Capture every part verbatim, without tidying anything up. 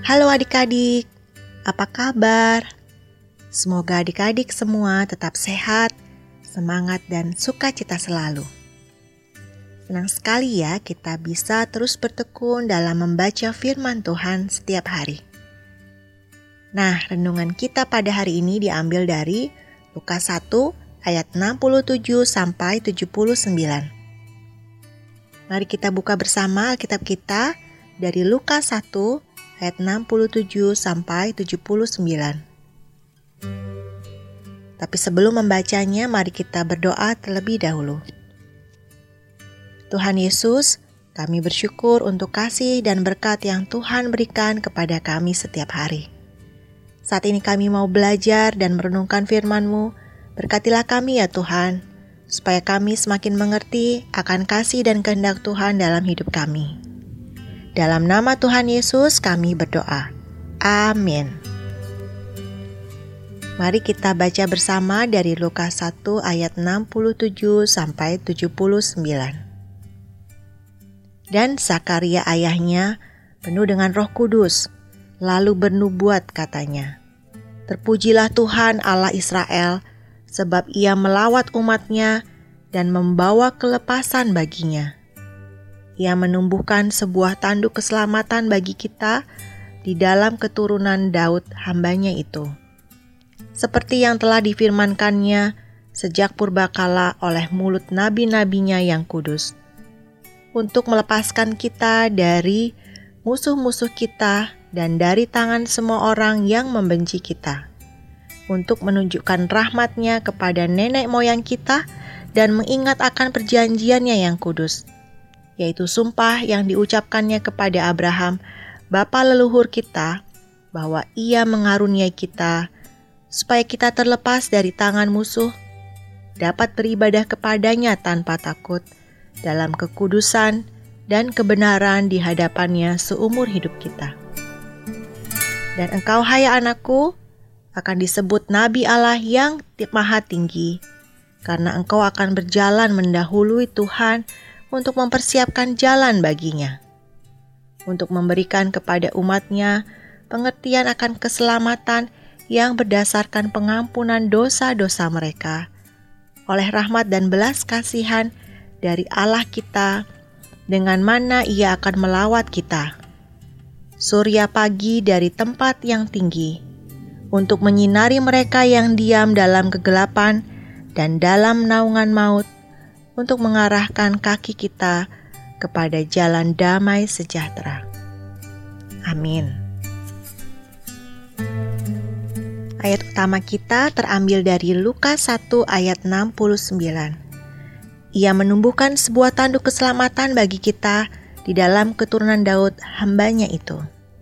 Halo adik-adik, apa kabar? Semoga adik-adik semua tetap sehat, semangat, dan sukacita selalu. Senang sekali ya kita bisa terus bertekun dalam membaca firman Tuhan setiap hari. Nah, renungan kita pada hari ini diambil dari Lukas satu ayat enam puluh tujuh sampai tujuh puluh sembilan. Mari kita buka bersama Alkitab kita dari Lukas satu ayat enam puluh tujuh sampai tujuh puluh sembilan. Tapi sebelum membacanya, mari kita berdoa terlebih dahulu. Tuhan Yesus, kami bersyukur untuk kasih dan berkat yang Tuhan berikan kepada kami setiap hari. Saat ini kami mau belajar dan merenungkan firman-Mu. Berkatilah kami ya Tuhan, supaya kami semakin mengerti akan kasih dan kehendak Tuhan dalam hidup kami. Dalam nama Tuhan Yesus kami berdoa. Amin. Mari kita baca bersama dari Lukas satu ayat enam puluh tujuh sampai tujuh puluh sembilan. Dan Zakaria ayahnya penuh dengan Roh Kudus, lalu bernubuat katanya, "Terpujilah Tuhan Allah Israel, sebab Ia melawat umat-Nya dan membawa kelepasan baginya. Ia menumbuhkan sebuah tanduk keselamatan bagi kita di dalam keturunan Daud hamba-Nya itu. Seperti yang telah difirmankannya sejak purbakala oleh mulut nabi-nabinya yang kudus, untuk melepaskan kita dari musuh-musuh kita dan dari tangan semua orang yang membenci kita, untuk menunjukkan rahmat-Nya kepada nenek moyang kita dan mengingat akan perjanjian-Nya yang kudus, yaitu sumpah yang diucapkannya kepada Abraham, bapa leluhur kita, bahwa Ia mengaruniai kita, supaya kita terlepas dari tangan musuh, dapat beribadah kepada-Nya tanpa takut, dalam kekudusan dan kebenaran di hadapan-Nya seumur hidup kita. Dan engkau, hai anakku, akan disebut Nabi Allah yang Maha Tinggi, karena engkau akan berjalan mendahului Tuhan untuk mempersiapkan jalan baginya, untuk memberikan kepada umat-Nya pengertian akan keselamatan yang berdasarkan pengampunan dosa-dosa mereka, oleh rahmat dan belas kasihan dari Allah kita, dengan mana Ia akan melawat kita, surya pagi dari tempat yang tinggi, untuk menyinari mereka yang diam dalam kegelapan dan dalam naungan maut, untuk mengarahkan kaki kita kepada jalan damai sejahtera. Amin. Ayat utama kita terambil dari Lukas satu ayat enam puluh sembilan. Ia menumbuhkan sebuah tanduk keselamatan bagi kita di dalam keturunan Daud hamba-Nya itu.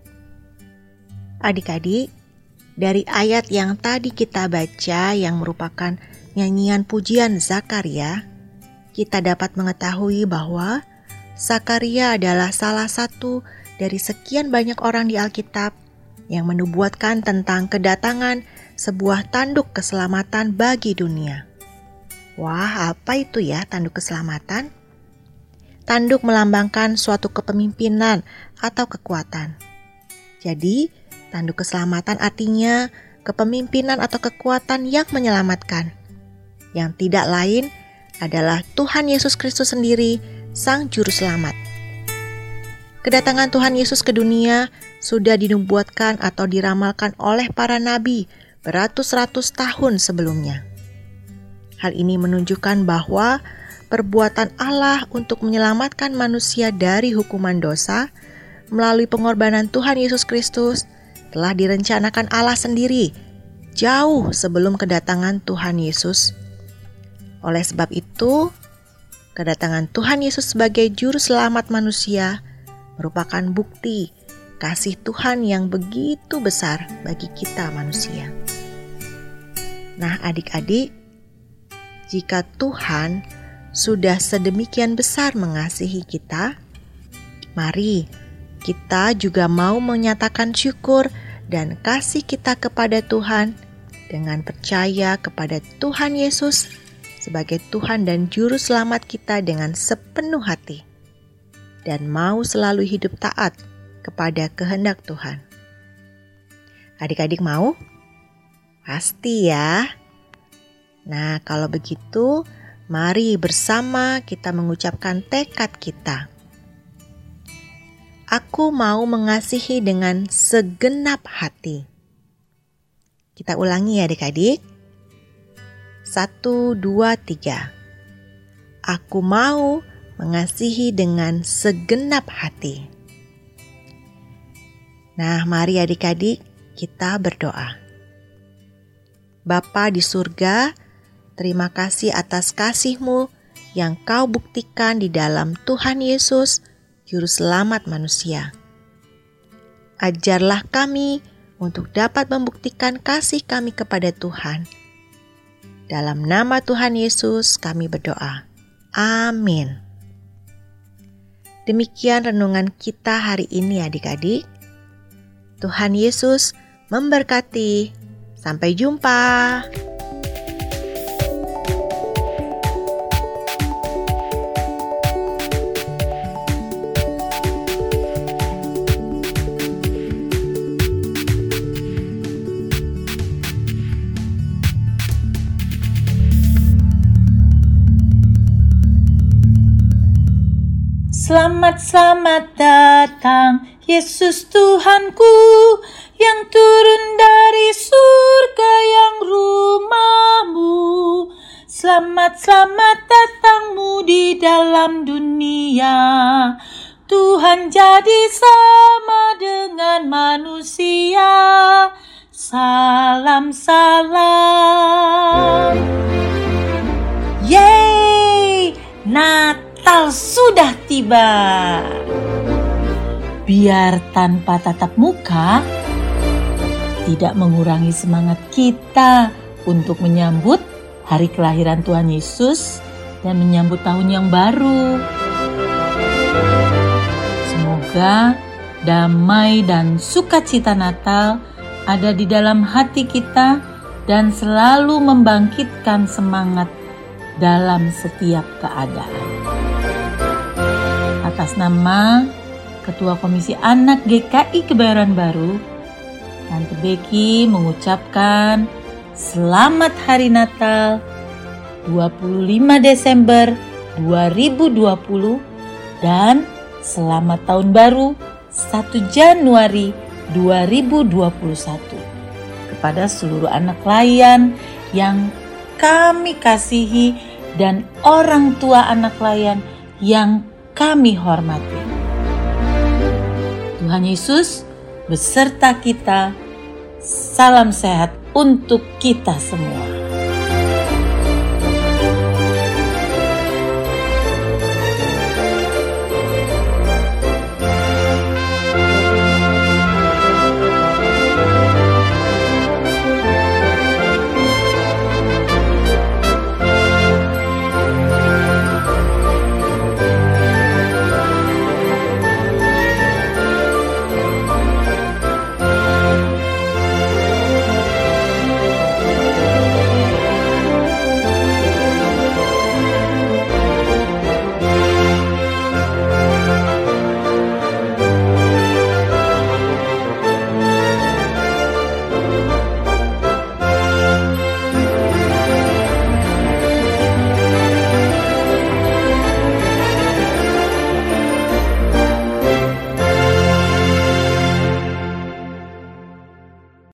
Adik-adik, dari ayat yang tadi kita baca yang merupakan nyanyian pujian Zakaria, kita dapat mengetahui bahwa Zakaria adalah salah satu dari sekian banyak orang di Alkitab yang menubuatkan tentang kedatangan sebuah tanduk keselamatan bagi dunia. Wah, apa itu ya tanduk keselamatan? Tanduk melambangkan suatu kepemimpinan atau kekuatan. Jadi, tanduk keselamatan artinya kepemimpinan atau kekuatan yang menyelamatkan, yang tidak lain adalah Tuhan Yesus Kristus sendiri, Sang Juru Selamat. Kedatangan Tuhan Yesus ke dunia sudah dinubuatkan atau diramalkan oleh para nabi beratus-ratus tahun sebelumnya. Hal ini menunjukkan bahwa perbuatan Allah untuk menyelamatkan manusia dari hukuman dosa melalui pengorbanan Tuhan Yesus Kristus telah direncanakan Allah sendiri jauh sebelum kedatangan Tuhan Yesus. Oleh sebab itu, kedatangan Tuhan Yesus sebagai juru selamat manusia merupakan bukti kasih Tuhan yang begitu besar bagi kita manusia. Nah, adik-adik, jika Tuhan sudah sedemikian besar mengasihi kita, mari kita juga mau menyatakan syukur dan kasih kita kepada Tuhan dengan percaya kepada Tuhan Yesus sebagai Tuhan dan Juru Selamat kita dengan sepenuh hati, dan mau selalu hidup taat kepada kehendak Tuhan. Adik-adik mau? Pasti ya. Nah, kalau begitu, mari bersama kita mengucapkan tekad kita. Aku mau mengasihi dengan segenap hati. Kita ulangi ya adik-adik. Satu, dua, tiga. Aku mau mengasihi dengan segenap hati. Nah, mari adik-adik kita berdoa. Bapa di surga, terima kasih atas kasih-Mu yang Kau buktikan di dalam Tuhan Yesus, Juru Selamat manusia. Ajarlah kami untuk dapat membuktikan kasih kami kepada Tuhan. Dalam nama Tuhan Yesus kami berdoa. Amin. Demikian renungan kita hari ini adik-adik. Tuhan Yesus memberkati. Sampai jumpa. Selamat, selamat datang, Yesus Tuhanku, yang turun dari surga yang rumahmu. Selamat, selamat datangmu di dalam dunia. Tuhan jadi sama dengan manusia. Salam, salam. Yeay, Natal sudah tiba. Biar tanpa tatap muka tidak mengurangi semangat kita untuk menyambut hari kelahiran Tuhan Yesus dan menyambut tahun yang baru. Semoga damai dan sukacita Natal ada di dalam hati kita dan selalu membangkitkan semangat dalam setiap keadaan. Atas nama Ketua Komisi Anak G K I Kebayoran Baru, Tante Becky mengucapkan Selamat Hari Natal dua puluh lima Desember dua ribu dua puluh dan Selamat Tahun Baru satu Januari dua ribu dua puluh satu kepada seluruh anak layan yang kami kasihi dan orang tua anak layan yang kami hormati. Tuhan Yesus beserta kita. Salam sehat untuk kita semua.